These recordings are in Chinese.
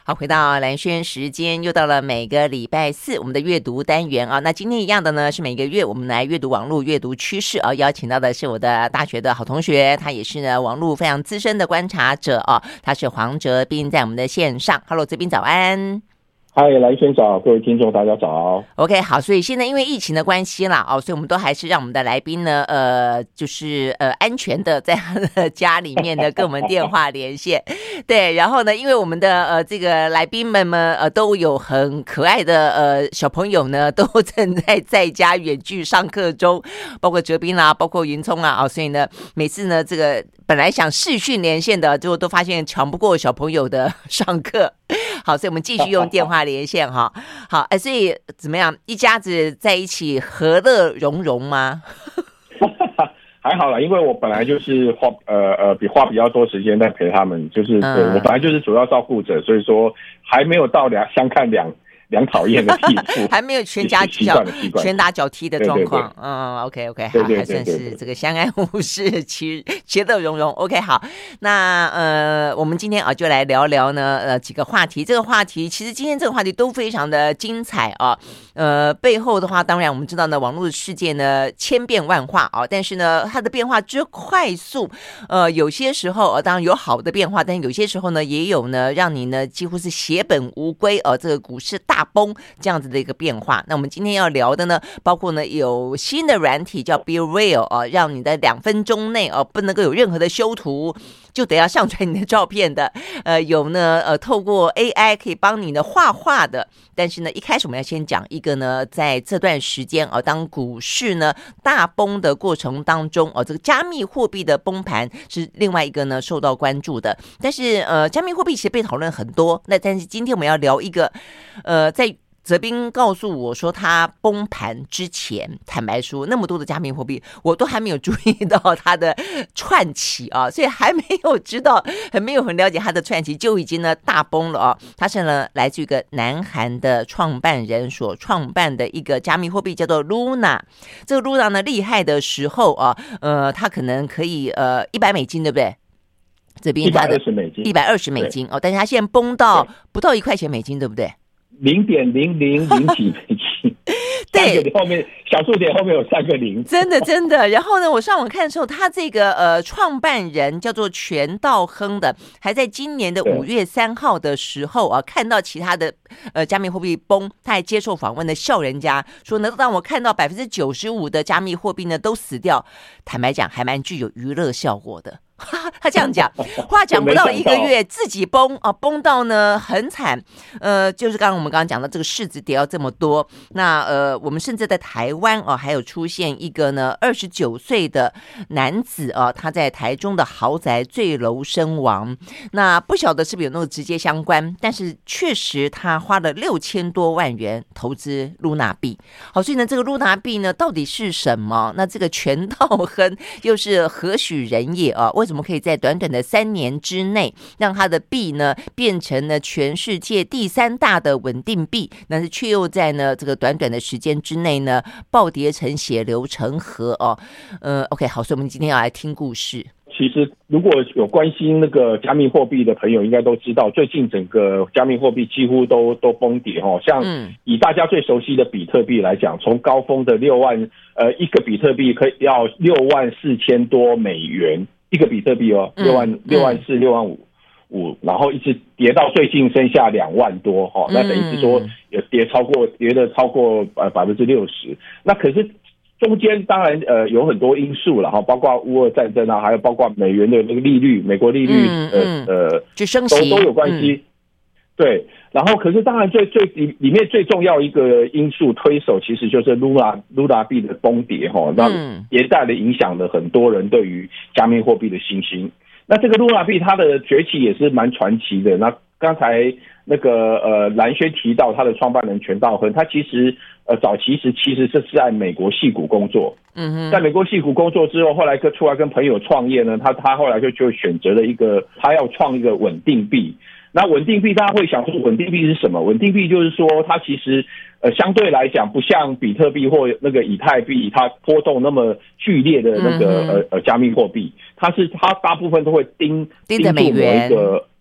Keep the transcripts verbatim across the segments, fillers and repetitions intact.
好，回到蓝轩时间，又到了每个礼拜四我们的阅读单元啊。那今天一样的呢，是每个月我们来阅读网络阅读趋势啊。邀请到的是我的大学的好同学，他也是呢网络非常资深的观察者啊。他是黄哲斌，在我们的线上。Hello， 哲斌早安。 嗨，蓝轩早，各位听众大家早。 OK， 好，所以现在因为疫情的关系啦，哦，所以我们都还是让我们的来宾呢，呃，就是呃安全的在他的家里面呢跟我们电话连线。对，然后呢，因为我们的呃这个来宾们呢，呃都有很可爱的呃小朋友呢，都正在在家远距上课中，包括哲斌啦，包括云聪啊，哦，所以呢，每次呢这个本来想视讯连线的，最后都发现抢不过小朋友的上课。好，所以我们继续用电话连线哈。好，哎，所以怎么样？一家子在一起和乐融融吗？ 还好啦，因为我本来就是花呃呃比花比较多时间在陪他们，就是、嗯、对我本来就是主要照顾者，所以说还没有到两相看两两讨厌的地步， 还没有全家脚拳打脚踢的状况。对对对嗯 ，OK OK， 好，还算是这个相安无事，其其乐融融。OK， 好，那呃，我们今天啊就来聊聊呢呃几个话题。这个话题其实今天这个话题都非常的精彩啊。呃，背后的话，当然我们知道呢，网络的世界呢千变万化啊，但是呢它的变化之快速，呃，有些时候呃当然有好的变化，但有些时候呢也有呢让你呢几乎是血本无归呃这个股市大崩这样子的一个变化。那我们今天要聊的呢，包括呢有新的软体叫 Be Real 哦、呃，让你在两分钟内哦、呃、不能够有任何的修图，就得要上传你的照片的。呃，有呢呃透过 A I 可以帮你呢画画的。但是呢，一开始我们要先讲一个呢，在这段时间啊、呃，当股市呢大崩的过程当中哦、呃，这个加密货币的崩盘是另外一个呢受到关注的。但是呃，加密货币其实被讨论很多。那但是今天我们要聊一个呃，在哲斌告诉我说他崩盘之前，坦白说那么多的加密货币我都还没有注意到它的串起啊，所以还没有知道，很没有很了解它的串起就已经呢大崩了啊。它是呢来自于一个南韩的创办人所创办的一个加密货币叫做 Luna。 这个 Luna 呢厉害的时候啊，呃，它可能可以呃一百美金对不对？这边它的一百二十美金， 一百二十美金哦，但是它现在崩到不到一块钱美金对不对？ 零点零零零几美金，对，后面小数点后面有三个零， 真的真的。然后呢，我上网看的时候，他这个呃创办人叫做全道亨的，还在今年的五月三号的时候啊，看到其他的呃加密货币崩，他还接受访问的笑人家说呢，当我看到百分之九十五的加密货币呢都死掉，坦白讲还蛮具有娱乐效果的。他这样讲，话讲不到一个月，自己崩啊，崩到呢很惨。呃，就是刚刚我们刚刚讲到这个市值跌到这么多，那呃，我们甚至在台湾哦、啊，还有出现一个呢二十九岁的男子啊，他在台中的豪宅坠楼身亡。那不晓得是不是有那个直接相关，但是确实他花了六千多万元投资露娜币。好，所以呢，这个露娜币呢到底是什么？那这个全道亨又是何许人也啊？为什么可以在短短的三年之内让他的币呢变成了全世界第三大的稳定币？但是却又在呢这个短短的时间之内呢暴跌成血流成河哦。呃 ，OK， 好，所以我们今天要来听故事。 其实如果有关心那个加密货币的朋友应该都知道，最近整个加密货币几乎都都崩跌哦。像以大家最熟悉的比特币来讲，从高峰的六万呃一个比特币可以要六万四千多美元一个比特币哦，六万六万四六万五五，然后一直跌到最近剩下两万多哈、哦，那等于是说有跌超过跌了超过呃百分之六十。那可是中间当然呃有很多因素了哈，包括乌俄战争啊，还有包括美元的那个利率，美国利率、嗯嗯、呃呃就升息都都有关系。嗯对，然后可是当然最最里里面最重要一个因素推手其实就是 Luna Luna 币的崩跌哈，那连带的影响了很多人对于加密货币的信心。那这个 Luna 币它的崛起也是蛮传奇的。那刚才那个呃蓝轩提到他的创办人全道亨，他其实呃早期时其实是在美国矽谷工作，嗯哼，在美国矽谷工作之后，后来就出来跟朋友创业呢，他他后来就就选择了一个他要创一个稳定币。那稳定币大家会想说稳定币是什么？稳定币就是说它其实呃相对来讲不像比特币或那个以太币它波动那么剧烈的那个、嗯、呃呃加密货币，它是它大部分都会盯盯着美元盯住某一个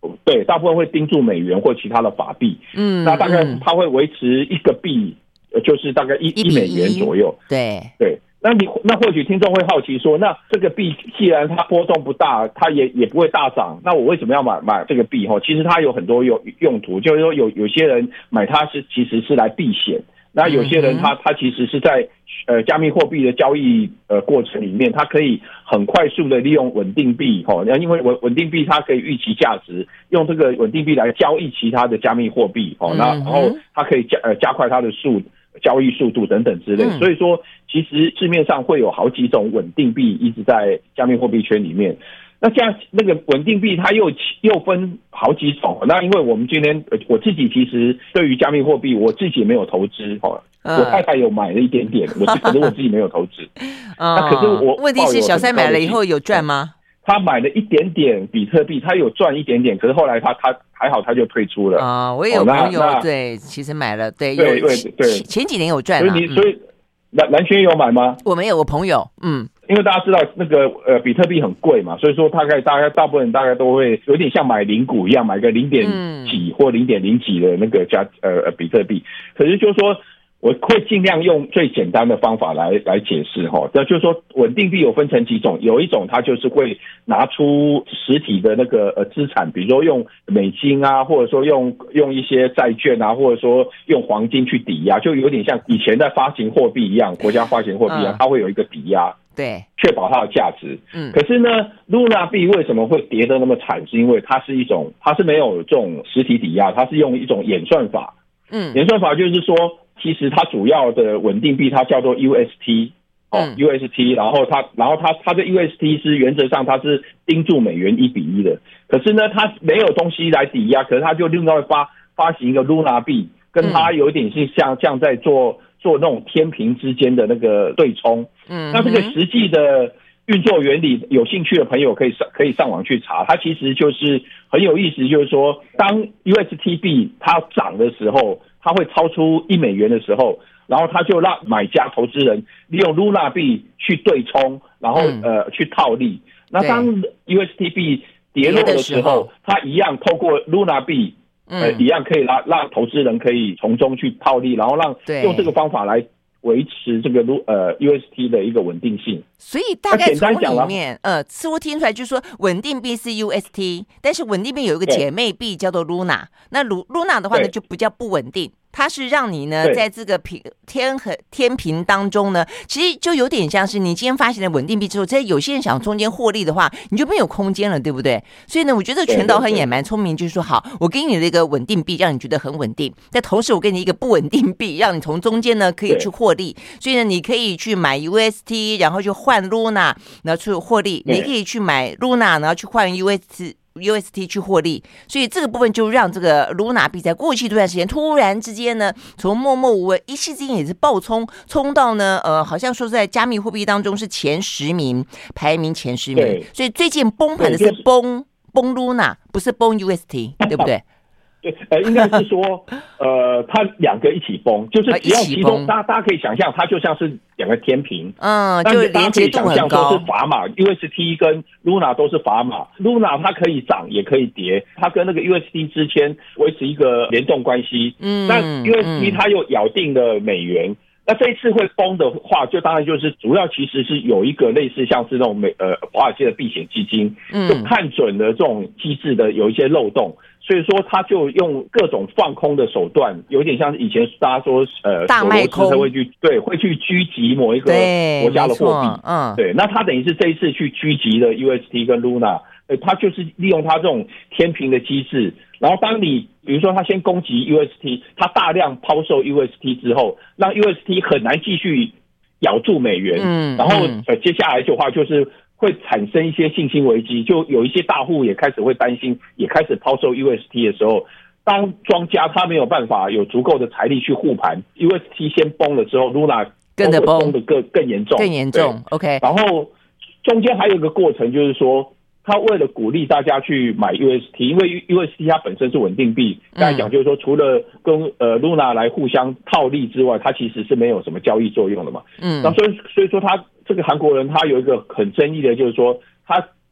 对，大部分会盯住美元或其他的法币。嗯，那大概它会维持一个币，就是大概一一美元左右。 对对。那你那或许听众会好奇说，那这个币既然它波动不大，它也也不会大涨，那我为什么要买买这个币？哈，其实它有很多用用途，就是说有有些人买它是其实是来避险，那有些人他他其实是在呃加密货币的交易呃过程里面，它可以很快速的利用稳定币哈，因为稳稳定币它可以预期价值，用这个稳定币来交易其他的加密货币哦，那然后它可以加呃加快它的速交易速度等等之类，嗯、所以说其实市面上会有好几种稳定币一直在加密货币圈里面。那这样那个稳定币它又又分好几种。那因为我们今天我自己其实对于加密货币我自己没有投资哦，嗯、我太太有买了一点点，我可是我自己没有投资。那可是我问题是小三买了以后有赚吗？ 他买了一点点比特币，他有赚一点点，可是后来他他还好他就退出了啊、呃。我也有朋友、哦、对，其实买了，对对对对， 前几年有赚、 啊。所以你、嗯、所以蓝蓝轩有买吗？ 我没有，我朋友嗯。 因为大家知道那个呃比特币很贵嘛，所以说大概大概大部分人大概都会有点像买零股一样，买个零点几或零点零几的那个加呃比特币。可是就是说我会尽量用最简单的方法来来解释哈。那就是说稳定币有分成几种，有一种它就是会拿出实体的那个呃资产，比如说用美金啊，或者说用用一些债券啊，或者说用黄金去抵押，就有点像以前在发行货币一样，国家发行货币一样，它会有一个抵押。 对， 确保它的价值。嗯，可是呢 ，Luna 币为什么会跌得那么惨？是因为它是一种，它是没有这种实体抵押，它是用一种演算法。嗯，演算法就是说，其实它主要的稳定币它叫做 U S T 哦、嗯、，U S T， 然后它，然后它它的 U S T 是原则上它是盯住美元一比一的。可是呢，它没有东西来抵押，可是它就另外发发行一个 Luna 币，跟它有点是像像在做。做那种天平之间的那个对冲，嗯，那这个实际的运作原理，有兴趣的朋友可以上可以上网去查。它其实就是很有意思，就是说，当 U S T 币它涨的时候，它会超出一美元的时候，然后它就让买家投资人利用 Luna 币去对冲，然后、嗯、呃去套利。那当 U S T 币跌落的时候，它一样透过 Luna 币。呃，一样可以让让投资人可以从中去套利，然后让用这个方法来维持这个呃 U S T 的一个稳定性。 所以大概从里面，呃，似乎听出来就是说，稳定币是 U S T， 但是稳定币有一个姐妹币叫做 Luna， 那 Luna 的话呢就比较不稳定。它是让你呢，在这个平天和天平当中呢，其实就有点像是你今天发行了稳定币之后，在有些人想中间获利的话，你就没有空间了，对不对？所以呢，我觉得全岛很也蛮聪明，就是说，好，我给你的一个稳定币，让你觉得很稳定，但同时我给你一个不稳定币，让你从中间呢可以去获利。所以呢，你可以去买 U S T， 然后去换 Luna， 然后去获利；你可以去买 Luna， 然后去换 U S T。U S T 去获利，所以这个部分就让这个 Luna 币在过去这段时间突然之间呢，从默默无闻一夕之间也是暴冲，冲到呢呃，好像说在加密货币当中是前十名，排名前十名。所以最近崩盘的是崩崩 Luna， 不是崩 U S T， 对不对？ 对，呃，应该是说，呃，它两个一起崩，就是只要其中，大家大家可以想象，它就像是两个天平， 嗯，就连接度很高。 是砝码 ，U S T 跟 Luna 都是砝码 ，Luna 它可以涨也可以跌，它跟那个 U S T 之间维持一个联动关系。嗯，那 U S T 它又咬定了美元。嗯，那这一次会崩的话，就当然就是主要其实是有一个类似像是那种美呃华尔街的避险基金，就看准了这种机制的有一些漏洞。所以说，他就用各种放空的手段，有点像以前大家说，呃， 大卖空会去对，会去狙击某一个国家的货币，嗯，对。那他等于是这一次去狙击了 U S T 跟 Luna， 呃，他就是利用他这种天平的机制，然后当你比如说他先攻击 U S T， 他大量抛售 U S T 之后，让 U S T 很难继续咬住美元，嗯，然后呃，接下来的话就是。会产生一些信心危机，就有一些大户也开始会担心，也开始抛售 U S T 的时候，当庄家他没有办法有足够的财力去护盘 ，U S T 先崩了之后 ，Luna 跟着崩的更更严重， 更严重。OK， 然后中间还有一个过程，就是说，他为了鼓励大家去买 U S T， 因为 U S T 它本身是稳定币，刚才讲就是说，除了跟呃 Luna 来互相套利之外，它其实是没有什么交易作用的嘛。嗯，那所以所以说他。这个韩国人他有一个很争议的，就是说他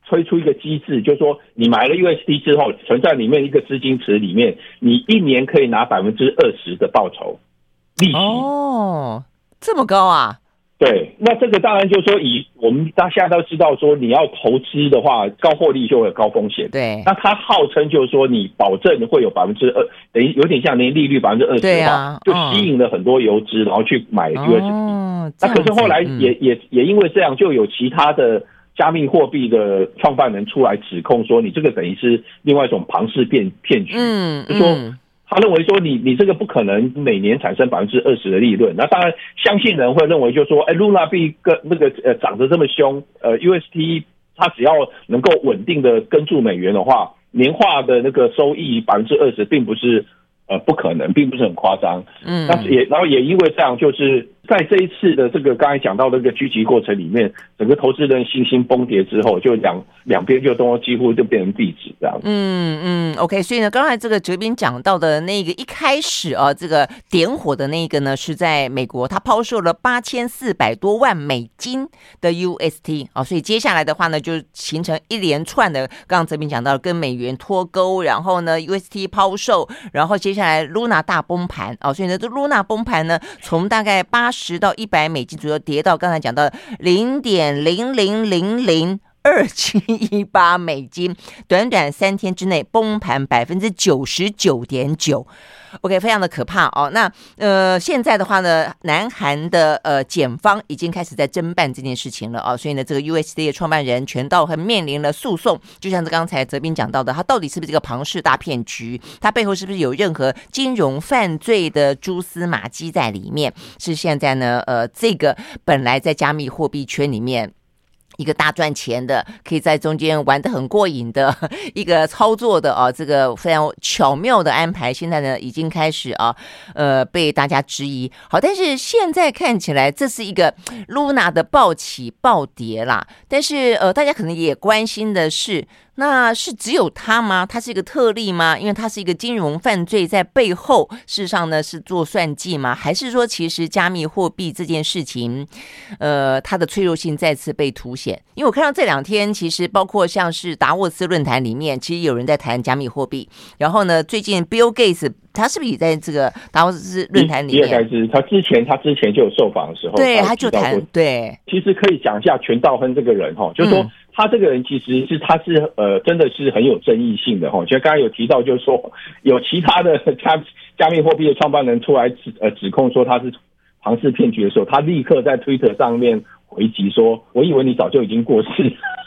推出一个机制，就是说你买了 U S D 之后，存在里面一个资金池里面，你一年可以拿百分之二十的报酬利息。 哦，这么高啊？ 对，那这个当然就是说，以我们大家都知道说，你要投资的话，高获利就会有高风险。 对， 那它号称就是说，你保证会有百分之二，等于有点像年利率百分之二十的话， 啊、 就吸引了很多游资，然后去买 U S D。 哦、 那可是后来也、嗯、也也因为这样，就有其他的加密货币的创办人出来指控说，你这个等于是另外一种庞氏骗骗局。嗯，就说。嗯他认为说你你这个不可能每年产生百分之二十的利润，那当然相信人会认为就是说，哎 ，Luna 币跟那个呃涨得这么凶，呃 ，U S T 它只要能够稳定的跟住美元的话，年化的那个收益百分之二十并不是呃不可能，并不是很夸张。嗯，那也然后也因为这样，就是在这一次的这个刚才讲到的这个狙击过程里面，整个投资人信心崩跌之后，就两两边就都几乎就变成壁纸这样。 嗯嗯 ，OK， 所以呢，刚才这个哲斌讲到的那个一开始啊，这个点火的那个呢，是在美国，他抛售了八千四百多万美金的 U S T 啊，所以接下来的话呢，就形成一连串的，刚刚哲斌讲到跟美元脱钩，然后呢 U S T 抛售，然后接下来 Luna 大崩盘啊，所以呢，这 Luna 崩盘呢，从大概八十到一百美金左右跌到刚才讲到零点零零零零二七一八美金，短短三天之内崩盘百分之九十九点九。OK， 非常的可怕哦。那呃，现在的话呢，南韩的呃检方已经开始在侦办这件事情了啊、哦，所以呢，这个 U S D 的创办人全道亨面临了诉讼，就像是刚才哲斌讲到的，他到底是不是这个庞氏大骗局？他背后是不是有任何金融犯罪的蛛丝马迹在里面？是现在呢，呃，这个本来在加密货币圈里面一个大赚钱的，可以在中间玩得很过瘾的一个操作的啊，这个非常巧妙的安排，现在呢已经开始啊，呃，被大家质疑。好，但是现在看起来这是一个 Luna 的暴起暴跌啦，但是呃，大家可能也关心的是，那是只有他吗？他是一个特例吗？因为他是一个金融犯罪在背后，事实上呢是做算计吗？还是说其实加密货币这件事情，呃，它的脆弱性再次被凸显？因为我看到这两天，其实包括像是达沃斯论坛里面，其实有人在谈加密货币。然后呢，最近 Bill Gates 他是不是也在这个达沃斯论坛里面？ 比尔盖茨他之前他之前就有受访的时候， 对，他就谈对。 其实可以讲一下全道亨这个人哈，就是说。嗯他这个人其实是他是呃真的是很有争议性的哈，就刚才有提到就是说有其他的加加密货币的创办人出来指呃指控说他是庞氏骗局的时候，他立刻在 Twitter 上面回击说，我以为你早就已经过世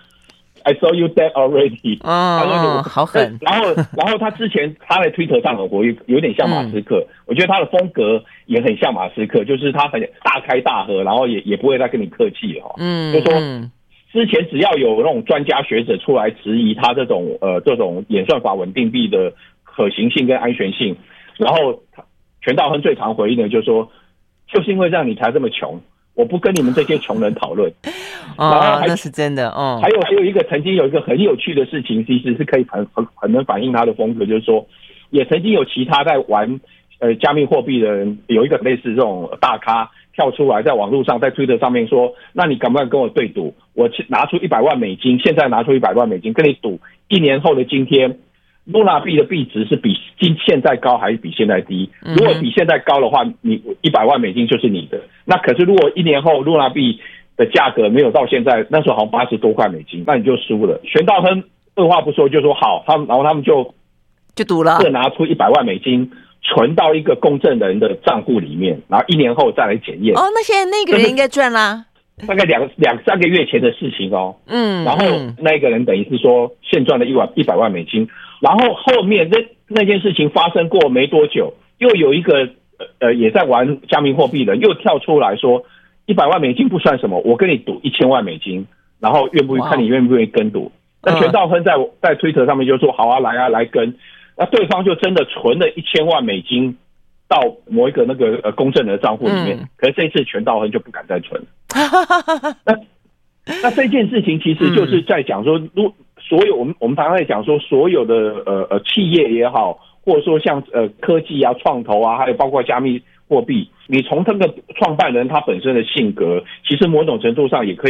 I saw you dead already。 哦，好狠。 然后然后他之前他在 Twitter 上很活跃，有点像马斯克、嗯，我觉得他的风格也很像马斯克，就是他很大开大合，然后也也不会再跟你客气哈，嗯，就说。嗯之前只要有那种专家学者出来质疑他这种呃这种演算法稳定币的可行性跟安全性，然后全道亨最常回应的就是说，就是因为这样你才这么穷，我不跟你们这些穷人讨论。 哦，然后那是真的哦。 还有还有一个曾经有一个很有趣的事情，其实是可以很很很能反映他的风格，就是说，也曾经有其他在玩呃加密货币的人，有一个类似这种大咖。跳出来在网络上在推特上面说，那你敢不敢跟我对赌？我拿出一百万美金，现在拿出一百万美金跟你赌，一年后的今天 ，Luna 币的币值是比今现在高还是比现在低？如果比现在高的话，你一百万美金就是你的。那可是如果一年后 Luna 币的价格没有到现在，那时候好像八十多块美金，那你就输了。全道亨二话不说就说好，他们然后他们就就赌了， 各拿出一百万美金。存到一个公证人的账户里面，然后一年后再来检验。 哦，那现在那个人应该赚啦。 大概两两三个月前的事情哦。嗯。然后那个人等于是说现赚了一万一百万美金，然后后面那那件事情发生过没多久，又有一个呃也在玩加密货币的又跳出来说一百万美金不算什么，我跟你赌一千万美金，然后愿不看你愿不愿意跟赌。那全道亨在在推特上面就说好啊，来啊，来跟。那对方就真的存了一千万美金到某一个那个呃公证人的账户里面，嗯、可是这一次全道亨就不敢再存。那那这件事情其实就是在讲说，如所有我们我们常常在讲说，所有的呃呃企业也好，或者说像呃科技啊、创投啊，还有包括加密货币，你从这个创办人他本身的性格，其实某种程度上也可以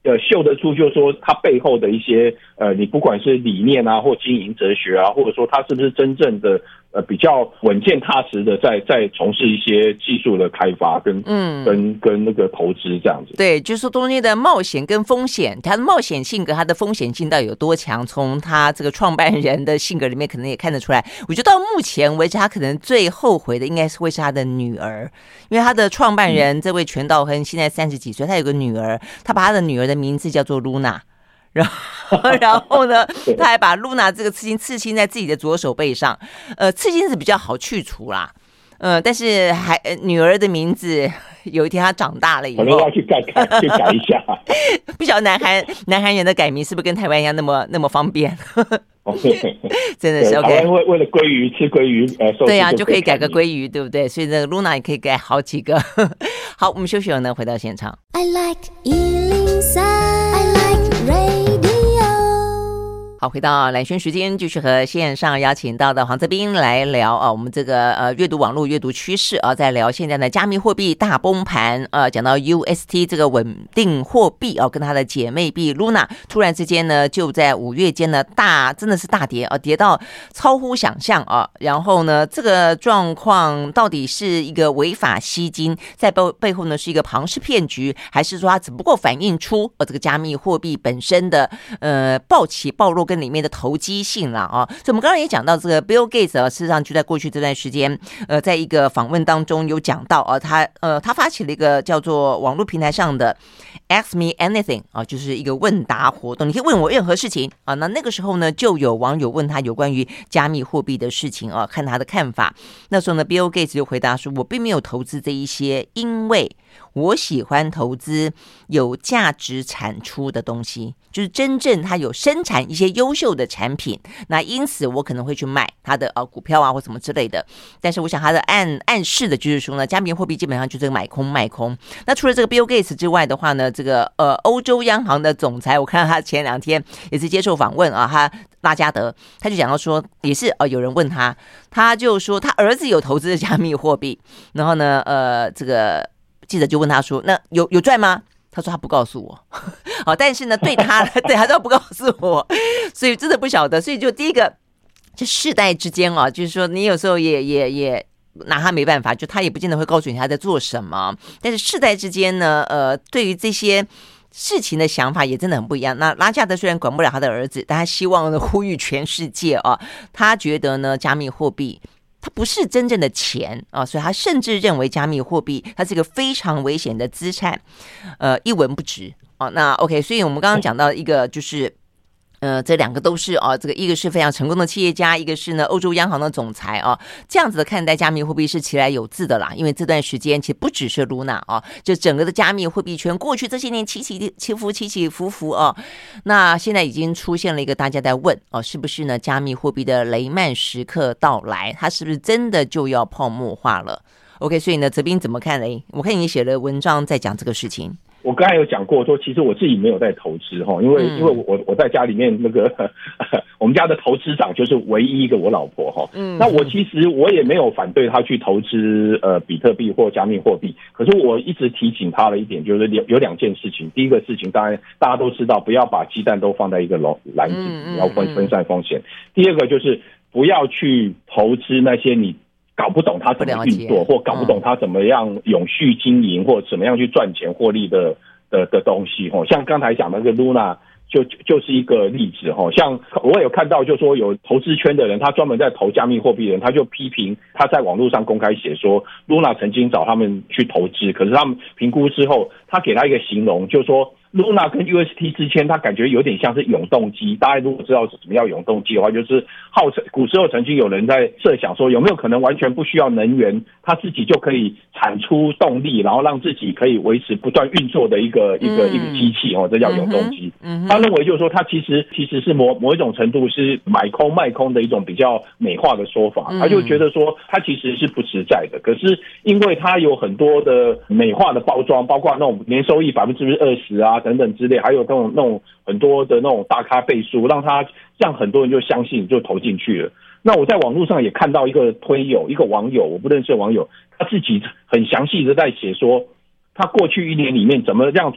呃秀得出，就是说他背后的一些呃，你不管是理念啊，或经营哲学啊，或者说他是不是真正的呃比较稳健踏实的在在从事一些技术的开发跟嗯跟跟那个投资这样子。 对，就是说中间的冒险跟风险，他的冒险性格，他的风险性到底有多强？从他这个创办人的性格里面，可能也看得出来。我觉得到目前为止，他可能最后悔的应该是会是他的女儿，因为他的创办人、嗯、这位全道亨现在三十几岁，他有个女儿，他把他的女儿的名字叫做 Luna。然后，然后呢，他还把 Luna 这个刺青刺青在自己的左手背上。呃，刺青是比较好去除啦，呃，但是还、呃、女儿的名字，有一天她长大了以后， 可能要去改改去改一下。 不晓得南韩南韩人的改名是不是跟台湾一样那么那么方便？真的是 OK。 台湾为为了鲑鱼吃鲑鱼，呃， 对呀、啊，就可以改个鲑鱼，对不对？所以那个 Luna 也可以改好几个。好，我们休息了呢，回到现场。I like 一零三 I like radio。好，回到蓝轩时间，继续和线上邀请到的黄泽斌来聊啊，我们这个呃阅读网络阅读趋势啊，在聊现在的加密货币大崩盘，呃，讲到 U S T 这个稳定货币啊，跟它的姐妹币 Luna 突然之间呢，就在五月间呢大真的是大跌啊，跌到超乎想象啊，然后呢，这个状况到底是一个违法吸金，在背背后呢是一个庞氏骗局，还是说它只不过反映出呃这个加密货币本身的呃暴起暴落跟里面的投机性啦啊，所以我们刚刚也讲到这个 Bill Gates 啊，事实上就在过去这段时间，呃，在一个访问当中有讲到啊，他呃他发起了一个叫做网络平台上的 Ask Me Anything 啊，就是一个问答活动，你可以问我任何事情啊。那那个时候呢，就有网友问他有关于加密货币的事情啊，看他的看法。那时候呢 ，Bill Gates 就回答说：“我并没有投资这一些，因为我喜欢投资有价值产出的东西，就是真正它有生产一些优秀的产品，那因此我可能会去买它的呃股票啊或什么之类的。但是我想它的暗暗示的就是说呢，加密货币基本上就是买空卖空。那除了这个 Bill Gates 之外的话呢，这个呃欧洲央行的总裁，我看到他前两天也是接受访问啊，他拉加德他就讲到说，也是呃有人问他，他就说他儿子有投资加密货币，然后呢呃这个记者就问他说，那有有赚吗？他说他不告诉我，好，但是呢，对他，对他都不告诉我，所以真的不晓得。所以就第一个，就世代之间啊，就是说你有时候也也也拿他没办法，就他也不见得会告诉你他在做什么。但是世代之间呢，呃，对于这些事情的想法也真的很不一样。那拉加德虽然管不了他的儿子，但他希望呢呼吁全世界啊，他觉得呢加密货币它不是真正的钱啊，所以他甚至认为加密货币它是一个非常危险的资产，呃，一文不值啊。那 OK， 所以我们刚刚讲到一个就是。呃，这两个都是啊，这个一个是非常成功的企业家，一个是呢欧洲央行的总裁啊，这样子的看待加密货币是其来有自的啦。因为这段时间其实不只是 Luna 啊，就整个的加密货币圈过去这些年起起起伏起起伏伏啊，那现在已经出现了一个大家在问哦、啊，是不是呢加密货币的雷曼时刻到来，它是不是真的就要泡沫化了 ？OK， 所以呢，泽斌怎么看呢？我看你写了文章在讲这个事情。 我刚才有讲过说，其实我自己没有在投资哈，因为、嗯、因为我我在家里面那个呵呵我们家的投资长就是唯一一个我老婆哈，嗯，那我其实我也没有反对他去投资呃比特币或加密货币，可是我一直提醒他的一点就是有有两件事情，第一个事情当然大家都知道，不要把鸡蛋都放在一个篮子里，要分分散风险。第二个就是不要去投资那些你搞不懂它怎么运作，或搞不懂它怎么样永续经营，或怎么样去赚钱获利的的的东西。像刚才讲的那个 Luna 就就是一个例子。像我有看到就说有投资圈的人，他专门在投加密货币的人，他就批评他在网络上公开写说 Luna 曾经找他们去投资，可是他们评估之后，他给他一个形容，就说Luna 跟 U S T 之间，它感觉有点像是永动机。大家如果知道什么叫永动机的话，就是号称古时候曾经有人在设想说，有没有可能完全不需要能源，它自己就可以产出动力，然后让自己可以维持不断运作的一个、嗯、一个一个机器哦，这叫永动机。嗯、他认为就是说，它其实其实是某某一种程度是买空卖空的一种比较美化的说法。他就觉得说，它其实是不实在的。可是因为它有很多的美化的包装，包括那种年收益百分之二十啊。等等之类，还有那种那种很多的那种大咖背书，让他让很多人就相信，就投进去了。那我在网络上也看到一个推友，一个网友，我不认识的网友，他自己很详细的在写说，他过去一年里面怎么样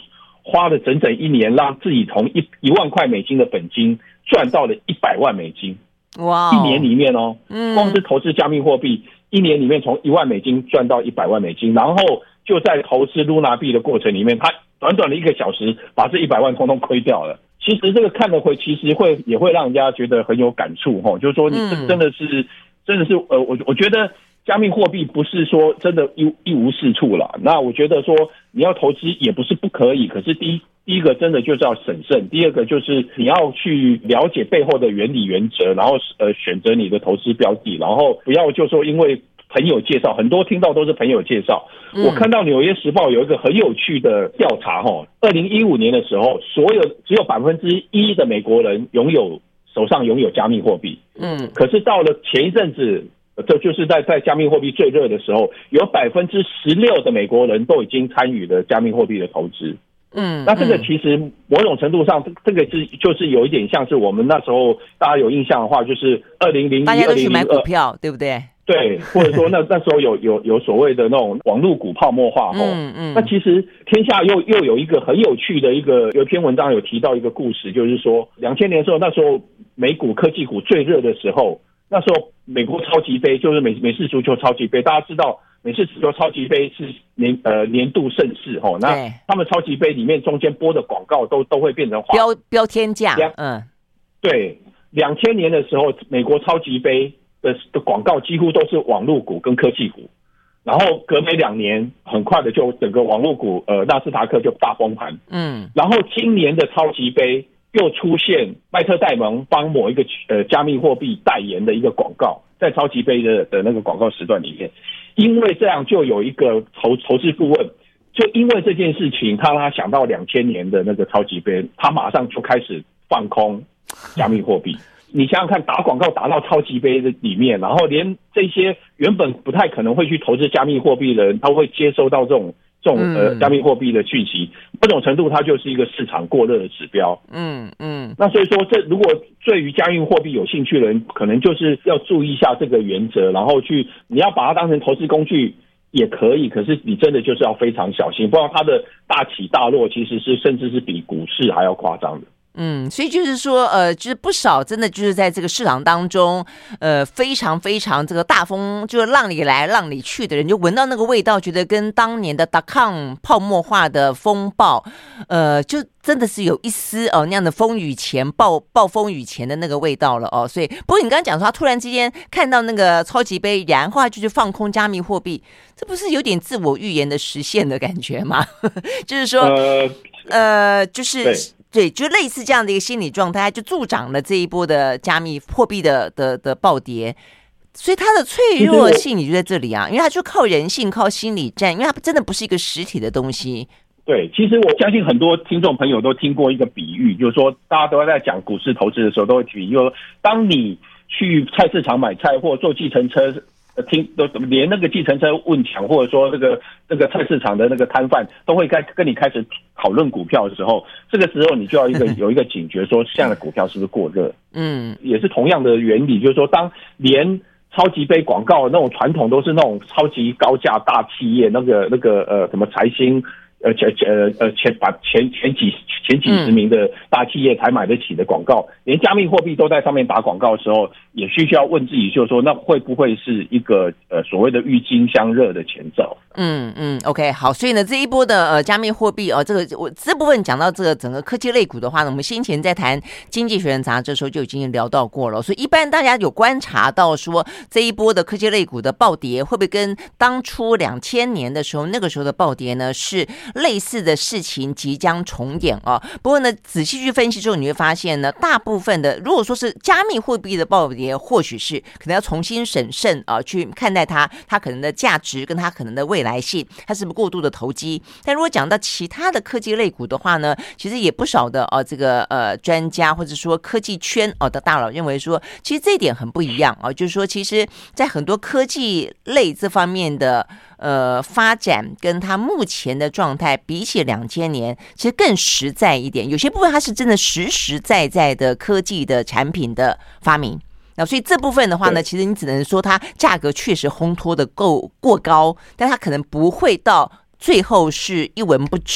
花了整整一年，让自己从一一万块美金的本金赚到了一百万美金。 哇！ 一年里面哦，光是投资加密货币，一年里面从一万美金赚到一百万美金，然后就在投资 Luna 币的过程里面，他短短的一个小时把这一百万通通亏掉了。其实这个看了会，其实会也会让人家觉得很有感触哈，就是说你这真的是、嗯、真的是呃，我我觉得加密货币不是说真的一一无是处了。那我觉得说你要投资也不是不可以，可是第一。第一个真的就是要审慎，第二个就是你要去了解背后的原理原则，然后呃选择你的投资标的，然后不要就说因为朋友介绍，很多听到都是朋友介绍。嗯、我看到《纽约时报》有一个很有趣的调查哈，二零一五年的时候，所有只有百分之一的美国人拥有手上拥有加密货币，嗯，可是到了前一阵子，这就是在在加密货币最热的时候，有百分之十六的美国人都已经参与了加密货币的投资。嗯，那这个其实某种程度上，这个是就是有一点像是我们那时候大家有印象的话，就是二零零一、 大家都去买股票，对不对？ 对，或者说那那时候有有有所谓的那种网络股泡沫化后，嗯嗯，那其实天下又又有一个很有趣的一个有一篇文章有提到一个故事，就是说两千年的时候，那时候美股科技股最热的时候，那时候美国超级杯就是美美式足球超级杯，大家知道。美式足球超级杯是年呃年度盛事哈，那他们超级杯里面中间播的广告都都会变成标标天价，嗯， 对，两千年的时候，美国超级杯的的广告几乎都是网络股跟科技股，然后隔没两年，很快的就整个网络股呃纳斯达克就大崩盘，嗯，然后今年的超级杯又出现麦特戴蒙帮某一个呃加密货币代言的一个广告，在超级杯的的那个广告时段里面。因为这样就有一个投投资顾问，就因为这件事情，他让他想到两千年的那个超级杯，他马上就开始放空加密货币。你想想看，打广告打到超级杯的里面，然后连这些原本不太可能会去投资加密货币的人，他会接收到这种这种呃加密货币的讯息，某种程度它就是一个市场过热的指标。嗯嗯。那所以说，这如果对于加密货币有兴趣的人，可能就是要注意一下这个原则，然后去你要把它当成投资工具也可以，可是你真的就是要非常小心，不然它的大起大落其实是甚至是比股市还要夸张的。 嗯，所以就是说，呃，就是不少真的就是在这个市场当中，呃，非常非常这个大风就是浪里来浪里去的人，就闻到那个味道，觉得跟当年的 dot-com 泡沫化的风暴，呃，就真的是有一丝哦那样的风雨前暴暴风雨前的那个味道了哦。所以，不过你刚刚讲说，他突然之间看到那个超级杯，然后就去放空加密货币，这不是有点自我预言的实现的感觉吗？就是说，呃，呃就是。对，就类似这样的一个心理状态，就助长了这一波的加密货币的的的暴跌，所以它的脆弱性也就在这里啊，因为它就靠人性、靠心理战，因为它真的不是一个实体的东西。 对，其实我相信很多听众朋友都听过一个比喻，就是说大家都在讲股市投资的时候都会比喻，就是说当你去菜市场买菜或坐计程车。听都连那个计程车问抢，或者说那个那个菜市场的那个摊贩都会跟跟你开始讨论股票的时候，这个时候你就要一个有一个警觉，说现在的股票是不是过热？嗯，也是同样的原理，就是说，当连超级杯广告那种传统都是那种超级高价大企业，那个那个呃什么财新。呃前呃呃前把前前几前几十名的大企业才买得起的广告，嗯、连加密货币都在上面打广告的时候，也需要问自己，就是说，那会不会是一个呃所谓的郁金香热的前兆？ 嗯嗯 ，OK， 好，所以呢，这一波的呃加密货币哦，这个我这部分讲到这个整个科技类股的话呢，我们先前在谈《经济学人》杂志的时候就已经聊到过了，所以一般大家有观察到说这一波的科技类股的暴跌，会不会跟当初两千年的时候那个时候的暴跌呢是？类似的事情即将重演啊！不过呢，仔细去分析之后，你会发现呢，大部分的如果说是加密货币的暴跌，或许是可能要重新审慎啊去看待它，它可能的价值跟它可能的未来性，它是不是过度的投机？但如果讲到其他的科技类股的话呢，其实也不少的哦、啊，这个呃专家或者说科技圈哦、啊、的大佬认为说，其实这一点很不一样啊，就是说，其实在很多科技类这方面的。呃，发展跟它目前的状态比起两千年，其实更实在一点。有些部分它是真的实实在在的科技的产品的发明。那所以这部分的话呢，其实你只能说它价格确实烘托的够过高，但它可能不会到最后是一文不值。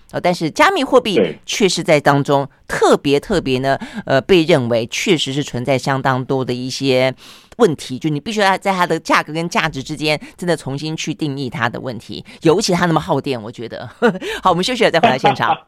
呃、但是加密货币确实在当中特别特别呢，呃，被认为确实是存在相当多的一些问题，就你必须要在它的价格跟价值之间真的重新去定义它的问题，尤其它那么耗电，我觉得。好，我们休息了再回来现场。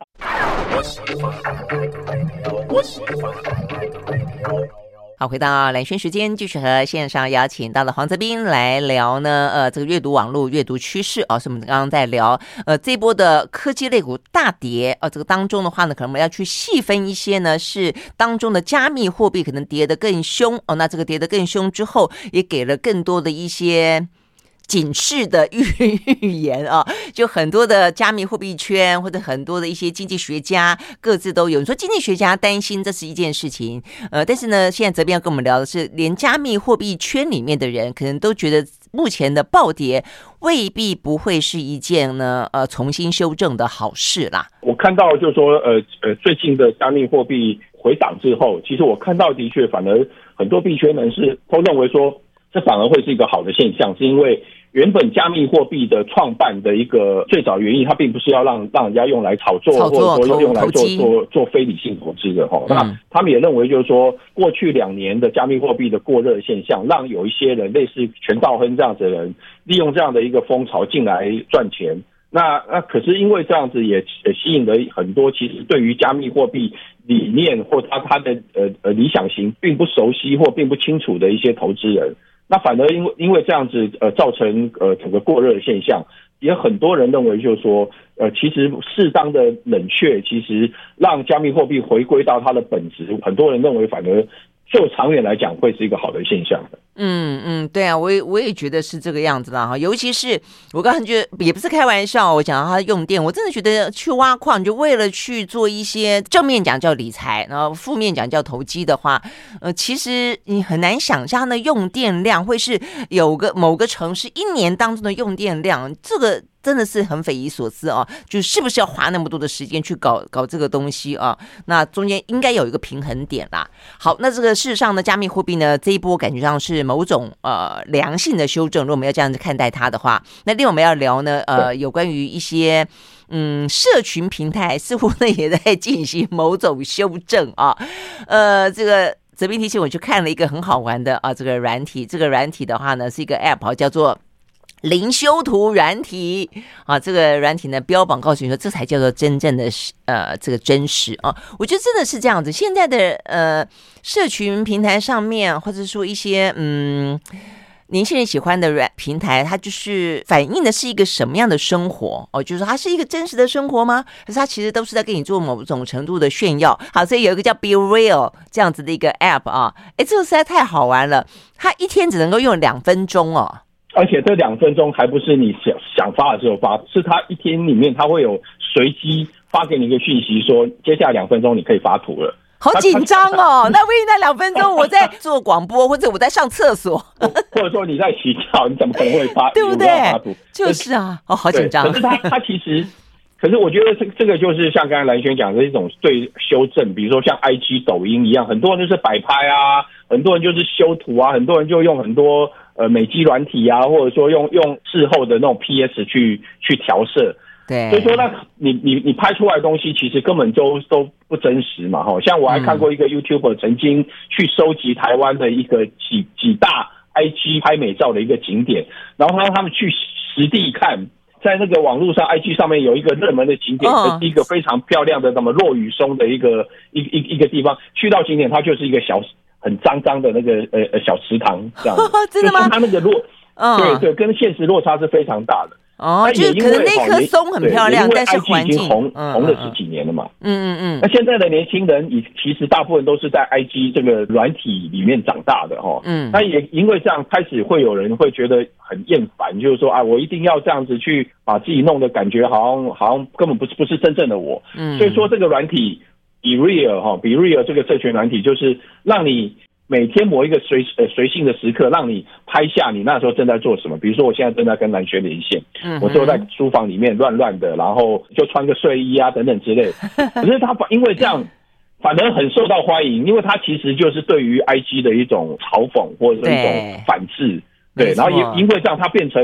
好，回到蓝轩时间，继续和线上邀请到了黄泽斌来聊呢，呃，这个阅读网络阅读趋势啊，是我们刚刚在聊，呃，这一波的科技类股大跌，呃，这个当中的话呢，可能我们要去细分一些呢，是当中的加密货币可能跌得更凶哦，那这个跌得更凶之后，也给了更多的一些警示的预预言啊，就很多的加密货币圈或者很多的一些经济学家各自都有。你说经济学家担心这是一件事情，呃，但是呢，现在这边要跟我们聊的是，连加密货币圈里面的人可能都觉得目前的暴跌未必不会是一件呢呃重新修正的好事啦。 我看到就是说呃呃最近的加密货币回档之后，其实我看到的确反而很多币圈人士都认为说这反而会是一个好的现象，是因为原本加密货币的创办的一个最早原因，它并不是要让让人家用来炒作， 炒作或者说用来做做做非理性投资的哈、嗯。那他们也认为就是说，过去两年的加密货币的过热现象，让有一些人类似全道亨这样子的人，利用这样的一个风潮进来赚钱。那那可是因为这样子也吸引了很多其实对于加密货币理念或他他的呃呃理想型并不熟悉或并不清楚的一些投资人。那反而因为因为这样子呃造成呃整个过热的现象，也很多人认为就是说呃其实适当的冷却，其实让加密货币回归到它的本质，很多人认为反而就长远来讲会是一个好的现象的。 嗯嗯，对啊，我也我也觉得是这个样子啦哈。尤其是我刚才觉得也不是开玩笑，我讲到它用电，我真的觉得去挖矿就为了去做一些正面讲叫理财，然后负面讲叫投机的话，呃，其实你很难想象的用电量会是有个某个城市一年当中的用电量，这个真的是很匪夷所思啊！就是不是要花那么多的时间去搞搞这个东西啊？那中间应该有一个平衡点啦。好，那这个事实上呢，加密货币呢这一波感觉上是某种呃良性的修正，如果我们要这样子看待它的话，那另外我们要聊呢呃有关于一些嗯社群平台似乎呢也在进行某种修正啊。呃，这个泽斌提醒我去看了一个很好玩的啊这个软体，这个软体的话呢是一个 app 叫做零修图软体啊，这个软体呢标榜告诉你说这才叫做真正的呃这个真实啊，我觉得真的是这样子。现在的呃社群平台上面，或者说一些嗯年轻人喜欢的软平台，它就是反映的是一个什么样的生活哦？就是说它是一个真实的生活吗？可是它其实都是在跟你做某种程度的炫耀。好，所以有一个叫 Be Real 这样子的一个 app 啊，哎，这个实在太好玩了。它一天只能够用两分钟哦。 而且这两分钟还不是你想想发的时候发，是他一天里面他会有随机发给你一个讯息，说接下来两分钟你可以发图了。 好紧张哦！那万一那两分钟我在做广播，或者我在上厕所， 或者说你在洗澡，你怎么可能会发？ 对不对？ 发图就是啊，哦，好紧张。 可是他他其实，可是我觉得这这个就是像刚才蓝轩讲的一种对修正，比如说像 I G、抖音一样，很多人就是摆拍啊，很多人就是修图啊，很多人就用很多。呃，美肌软体啊，或者说用用事后的那种 P S 去去调色， 对， 所以说那你你你拍出来的东西其实根本就都不真实嘛，哈。像我还看过一个 YouTuber 曾经去收集台湾的一个几几大 I G 拍美照的一个景点，然后他他们去实地看，在那个网络上 I G 上面有一个热门的景点，是一个非常漂亮的什么落羽松的一个一一一个地方，去到景点它就是一个小。很脏脏的那个呃呃小池塘这样子， 真的吗？ 就是它那个落，嗯、对对，跟现实落差是非常大的。 哦，就是可能那棵松很漂亮，但是环境已经红、嗯、红了十几年了嘛。 嗯嗯嗯。 那现在的年轻人，其实大部分都是在 I G 这个软体里面长大的哈。嗯。那也因为这样，开始会有人会觉得很厌烦，就是说啊，我一定要这样子去把自己弄得感觉好像好像根本不是不是真正的我。嗯。所以说这个软体。Be Real 哈 ，Be Real 这个社群软体就是让你每天某一个随呃随性的时刻，让你拍下你那时候正在做什么。比如说我现在正在跟蓝轩连线，嗯、我坐在书房里面乱乱的，然后就穿个睡衣啊等等之类。可是他因为这样反而很受到欢迎，因为他其实就是对于 I G 的一种嘲讽或者是一种反制。对，然后也因为这样，它变成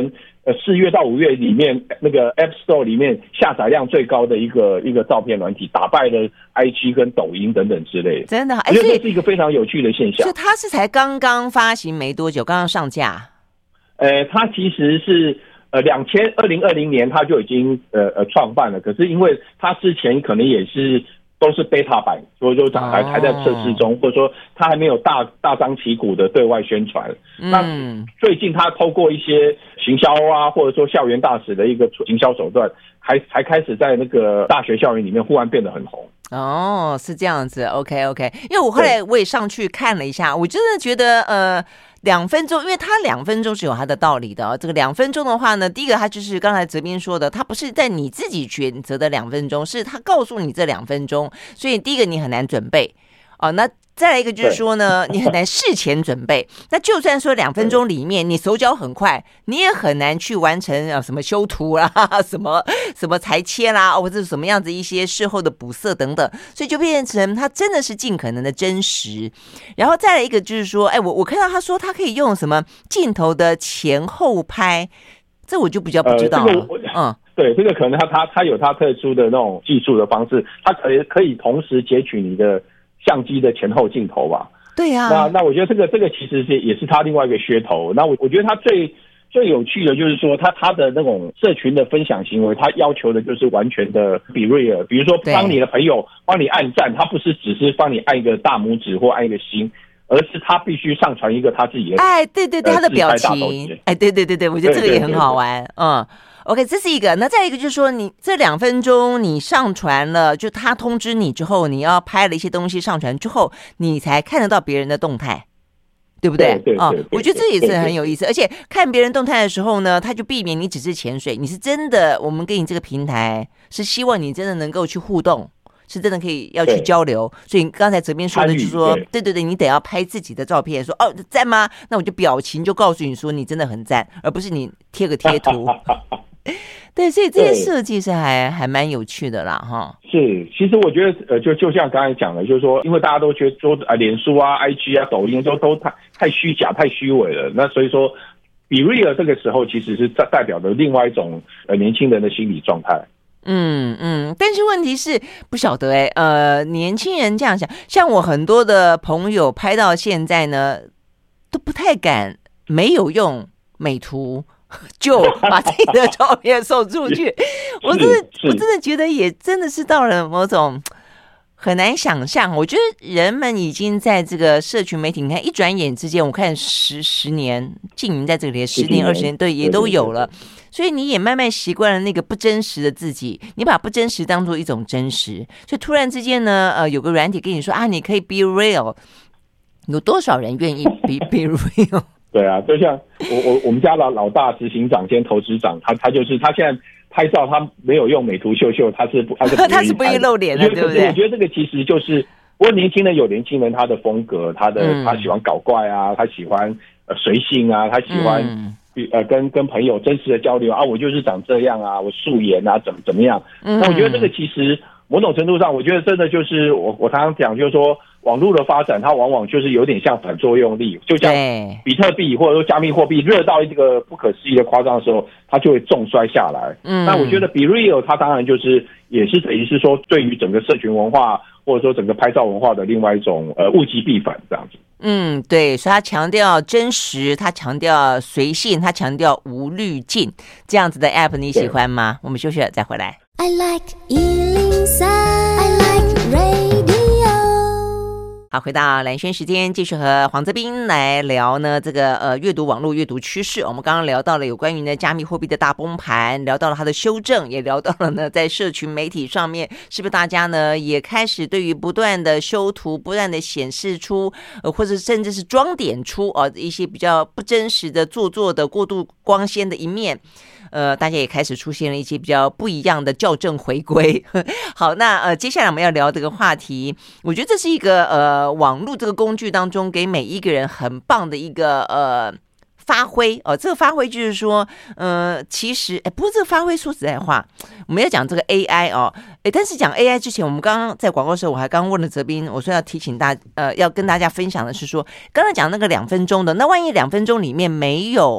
呃四月到五月里面那个 App Store 里面下载量最高的一个一个照片软体，打败了 I G 跟抖音等等之类的。 真的， 我觉得这是一个非常有趣的现象。 所以它是才刚刚发行没多久，刚刚上架。 呃，它其实是呃两千二零二零年它就已经呃呃创办了，可是因为它之前可能也是都是 beta 版，所以就还还在测试中，或者说它还没有大大张旗鼓的对外宣传。嗯、那最近它透过一些行销啊，或者说校园大使的一个行销手段，还才开始在那个大学校园里面忽然变得很红。 哦，是这样子 ，OK OK， 因为我后来我也上去看了一下，我真的觉得呃。两分钟，因为它两分钟是有它的道理的、哦。这个两分钟的话呢，第一个它就是刚才泽斌说的，它不是在你自己选择的两分钟，是它告诉你这两分钟，所以第一个你很难准备哦。那再来一个就是说呢，你很难事前准备。那就算说两分钟里面你手脚很快，你也很难去完成啊什么修图啦、什么什么裁切啦，或者是什么样子一些事后的补色等等。所以就变成它真的是尽可能的真实。然后再来一个就是说，哎，我我看到他说他可以用什么镜头的前后拍，这我就比较不知道了。呃这个、嗯， 对，这个可能他他他有他特殊的那种技术的方式，他可以可以同时截取你的相机的前后镜头吧。 对呀、 啊，那那我觉得这个这个其实是也是他另外一个噱头。那我我觉得他最最有趣的就是说，他他的那种社群的分享行为，他要求的就是完全的 be real。比如说，帮你的朋友帮你按赞，他不是只是帮你按一个大拇指或按一个心，而是他必须上传一个他自己的哎，对对对，他的表情，哎，对对对对，我觉得这个也很好玩，对对对对嗯。OK， 这是一个。那再一个就是说，你这两分钟你上传了，就他通知你之后，你要拍了一些东西上传之后，你才看得到别人的动态，对不对？ 对对、哦、 我觉得这也是很有意思。而且看别人动态的时候呢，他就避免你只是潜水，你是真的，我们给你这个平台是希望你真的能够去互动。是真的可以要去交流，所以刚才泽边说的就是说，对对对，你得要拍自己的照片，说哦赞吗？那我就表情就告诉你说你真的很赞，而不是你贴个贴图。对，所以这些设计是还还蛮有趣的啦，哈。 是，其实我觉得呃，就就像刚才讲的，就是说，因为大家都觉得说啊，脸书啊、I G 啊、抖音都都太太虚假、太虚伪了，那所以说 ，be real 这个时候其实是代代表的另外一种呃年轻人的心理状态。 嗯嗯，但是问题是不晓得哎、欸，呃，年轻人这样想，像我很多的朋友拍到现在呢，都不太敢没有用美图就把自己的照片送出去。我真的我真的觉得也真的是到了某种很难想象。我觉得人们已经在这个社群媒体，你看一转眼之间，我看十十年，经营在这里十年二十年，对，也都有了。所以你也慢慢习惯了那个不真实的自己，你把不真实当作一种真实。所以突然之间呢，呃，有个软体跟你说啊，你可以 be real， 有多少人愿意 be be real？ 对啊，就像我我我们家老老大执行长兼投资长，他他就是他现在拍照他没有用美图秀秀，他是不他是不他是不愿意露脸的，对不对？ 我觉得这个其实就是，不过年轻人有年轻人他的风格，他的、嗯、他喜欢搞怪啊，他喜欢呃随性啊，他喜欢。嗯呃，跟跟朋友真实的交流啊，我就是长这样啊，我素颜啊，怎么怎么样？嗯、那我觉得这个其实某种程度上，我觉得真的就是我我常常讲，就是说网络的发展，它往往就是有点像反作用力，就像比特币或者说加密货币热到一个不可思议的夸张的时候，它就会重摔下来。嗯，那我觉得 be real 它当然就是也是等于是说，对于整个社群文化或者说整个拍照文化的另外一种呃物极必反这样子。 嗯，对，所以他强调真实，他强调随性，他强调无滤镜，这样子的 app 你喜欢吗？我们休息了再回来。I like 一零三 I like radio。好，回到蓝轩时间，继续和黄泽斌来聊呢这个呃阅读网络阅读趋势。我们刚刚聊到了有关于呢加密货币的大崩盘，聊到了它的修正，也聊到了呢在社群媒体上面是不是大家呢也开始对于不断的修图、不断的显示出呃或者甚至是装点出呃一些比较不真实的做作的过度光鲜的一面。呃，大家也开始出现了一些比较不一样的校正回归。好，那呃，接下来我们要聊这个话题，我觉得这是一个呃网络这个工具当中给每一个人很棒的一个呃发挥哦。这个发挥就是说，呃，其实哎，不过这个发挥说实在话，我们要讲这个 A I 哦，哎，但是讲 A I 之前，我们刚刚在广告的时候，我还刚问了泽斌，我说要提醒大呃，要跟大家分享的是说，刚才讲那个两分钟的，那万一两分钟里面没有。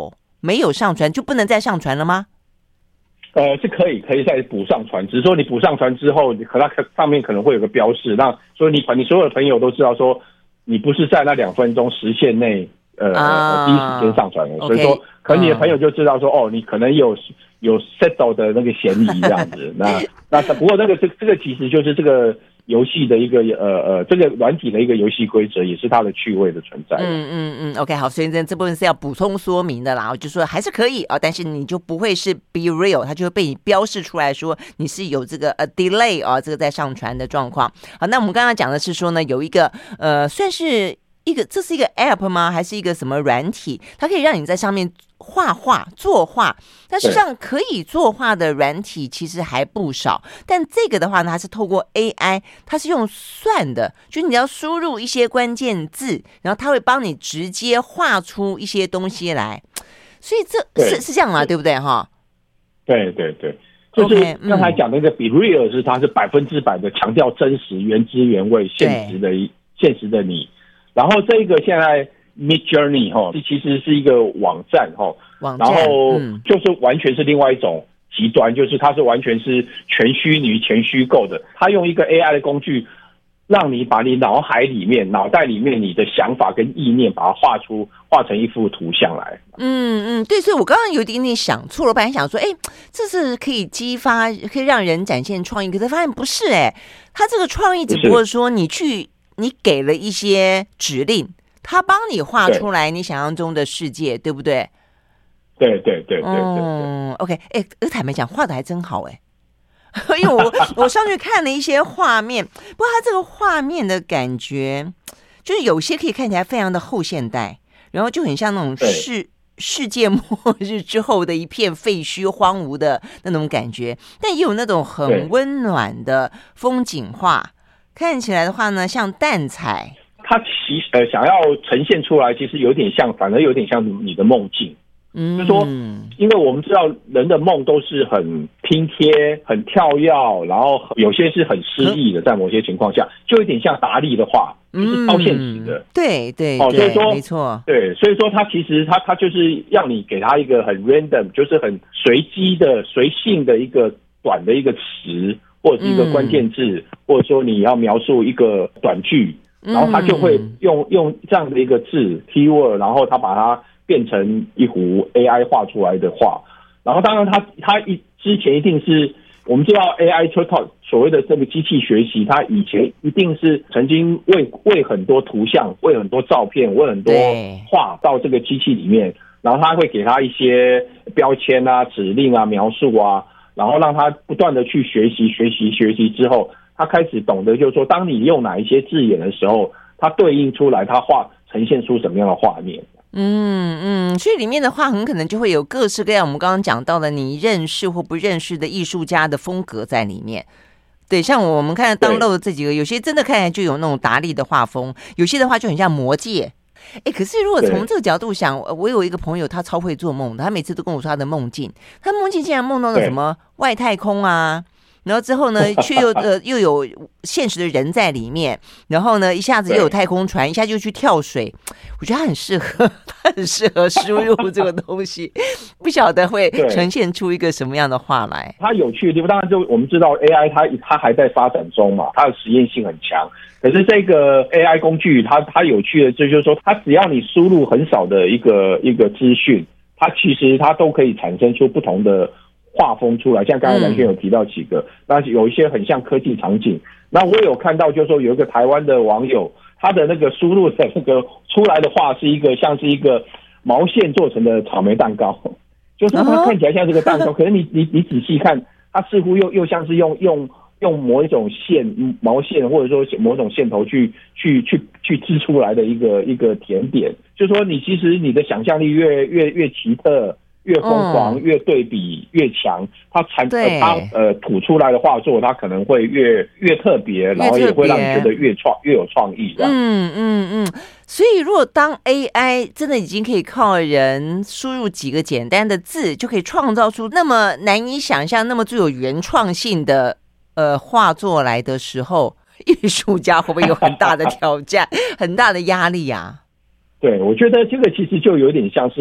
没有上传就不能再上传了吗？ 呃，是可以，可以再补上传，只是说你补上传之后，你可能上面可能会有个标示，那所以你你所有的朋友都知道说，你不是在那两分钟时限内，呃，啊、第一时间上传的， okay, 所以说，可能你的朋友就知道说，哦，你可能有有 settle 的那个嫌疑这样子。那那不过那个这这个其实就是这个游戏的一个呃呃，这个软体的一个游戏规则，也是它的趣味的存在。 嗯嗯嗯 ，OK， 好，所以这这部分是要补充说明的啦。我就说还是可以啊、哦，但是你就不会是 be real， 它就会被你标示出来说你是有这个呃 delay 啊、哦，这个在上传的状况。好，那我们刚刚讲的是说呢，有一个呃，算是一个，这是一个 app 吗？还是一个什么软体？它可以让你在上面画画、作画。但实际上可以作画的软体其实还不少，但这个的话呢，它是透过 A I， 它是用算的，就是你要输入一些关键字，然后它会帮你直接画出一些东西来。所以这是是这样嘛？对不对哈？ 对对对，就是刚才讲的那个 Be Real 是它是百分之百的强调真实、原汁原味、现实的现实的你。然后这个现在 Midjourney 哈，这其实是一个网站哈，然后就是完全是另外一种极端，就是它是完全是全虚拟、全虚构的。它用一个 A I 的工具，让你把你脑海里面、脑袋里面你的想法跟意念，把它画出、画成一幅图像来。 嗯嗯，对，所以我刚刚有一点点想错了，我本来想说，哎，这是可以激发、可以让人展现创意，可是发现不是哎，它这个创意只不过说你去。你给了一些指令，他帮你画出来你想象中的世界， 对, 对不对？ 对对对对对。 嗯 ，OK， 哎，坦白讲，画的还真好哎，因为我我上去看了一些画面，不过他这个画面的感觉，就是有些可以看起来非常的后现代，然后就很像那种世世界末日之后的一片废墟荒芜的那种感觉，但也有那种很温暖的风景画。看起来的话呢，像淡彩， 它其实呃想要呈现出来，其实有点像，反而有点像你的梦境。嗯，就是说，因为我们知道人的梦都是很拼贴、很跳跃，然后有些是很诗意的，在某些情况下，就有点像达利的画，就是超现实的。 嗯、对对哦， 所以说没错， 对，所以说它其实它它就是让你给它一个很 random， 就是很随机的、随性的一个短的一个词。或者是一个关键字、嗯，或者说你要描述一个短句，然后他就会用用这样的一个字 keyword， 然后他把它变成一幅 A I 画出来的画。然后当然他他一之前一定是我们知道 A I 所谓的这个机器学习，它以前一定是曾经喂喂很多图像、喂很多照片、喂很多画到这个机器里面，然后他会给他一些标签啊、指令啊、描述啊。然后让他不断的去学习学习学习之后，他开始懂得就是说，当你用哪一些字眼的时候，它对应出来，它画呈现出什么样的画面。 嗯嗯，所以里面的话很可能就会有各式各样我们刚刚讲到的你认识或不认识的艺术家的风格在里面。对，像我们看当漏的这几个，有些真的看起来就有那种达利的画风，有些的话就很像魔戒。哎，可是如果从这个角度想，我有一个朋友，他超会做梦的，他每次都跟我说他的梦境，他梦境竟然梦到了什么外太空啊，然后之后呢，却又呃又有现实的人在里面，然后呢，一下子又有太空船，一下就去跳水，我觉得他很适合，他很适合输入这个东西，不晓得会呈现出一个什么样的画来。 它有趣的地方，当然就我们知道 A I 它它还在发展中嘛，它的实验性很强。可是这个 A I 工具，它它有趣的就是说，它只要你输入很少的一个一个资讯，它其实它都可以产生出不同的画风出来。像刚才蓝轩有提到几个，那、嗯、有一些很像科技场景。那我有看到，就是说有一个台湾的网友，他的那个输入的那个出来的画是一个像是一个毛线做成的草莓蛋糕，就是它看起来像这个蛋糕，可是你你你仔细看，它似乎又又像是用用。用某一种线毛线或者说某种线头去去去去织出来的一个一个甜点，就是说你其实你的想象力越越越奇特、越疯狂、嗯、越对比越强，它产呃它呃吐出来的画作，它可能会越越特别，然后也会让你觉得越创越有创意这样。 嗯嗯嗯。所以如果当 A I 真的已经可以靠人输入几个简单的字，就可以创造出那么难以想象、那么具有原创性的。呃，画作来的时候，艺术家会不会有很大的挑战、很大的压力啊？ 对，我觉得这个其实就有点像是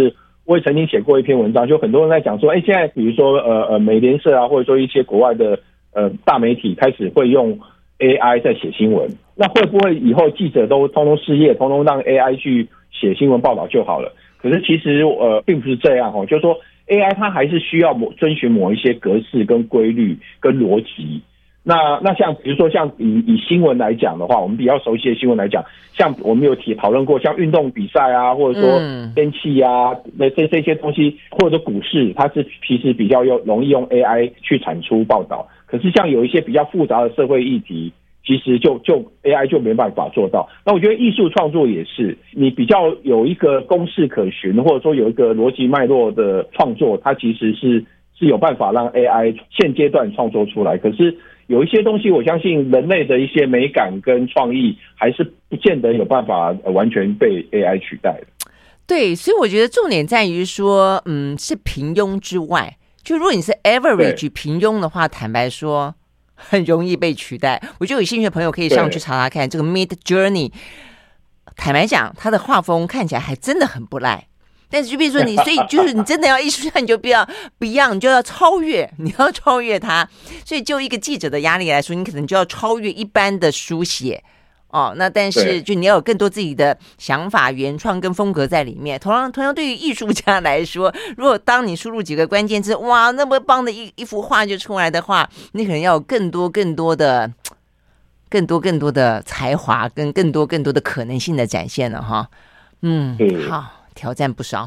我也曾经写过一篇文章，就很多人在讲说，哎，现在比如说呃呃美联社啊，或者说一些国外的呃大媒体开始会用 A I 在写新闻，那会不会以后记者都通通失业，通通让 A I 去写新闻报道就好了？可是其实呃并不是这样哦，就是说 A I 它还是需要某遵循某一些格式跟规律跟逻辑。那那像比如说像以以新闻来讲的话，我们比较熟悉的新闻来讲，像我们有提讨论过，像运动比赛啊，或者说天气啊，那、嗯、这这些东西，或者说股市，它是其实比较用容易用 A I 去产出报道。可是像有一些比较复杂的社会议题，其实就就 A I 就没办法做到。那我觉得艺术创作也是，你比较有一个公式可循，或者说有一个逻辑脉络的创作，它其实是是有办法让 A I 现阶段创作出来。可是有一些东西，我相信人类的一些美感跟创意，还是不见得有办法完全被 A I 取代的。 对，所以我觉得重点在于说，嗯，是平庸之外，就如果你是 average 平庸的话，坦白说，很容易被取代。我觉得有兴趣的朋友可以上去查查看这个 Mid Journey。坦白讲，它的画风看起来还真的很不赖。但是就比如说你，所以就是你真的要艺术家，你就不要不一样，你就要超越，你要超越它。所以就一个记者的压力来说，你可能就要超越一般的书写哦。那但是就你要有更多自己的想法、原创跟风格在里面。同样，同样对于艺术家来说，如果当你输入几个关键字，哇，那么棒的一一幅画就出来的话，你可能要有更多、更多的、更多、更多的才华跟更多、更多的可能性的展现了哈。嗯，好。挑战不少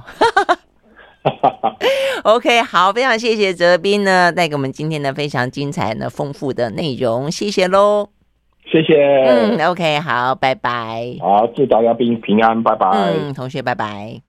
OK， 好，非常谢谢哲彬呢带给我们今天的非常精彩呢丰富的内容，谢谢咯。 谢谢。 嗯 OK， 好，拜拜。 好，祝大家平平安，拜拜。 嗯，同学拜拜。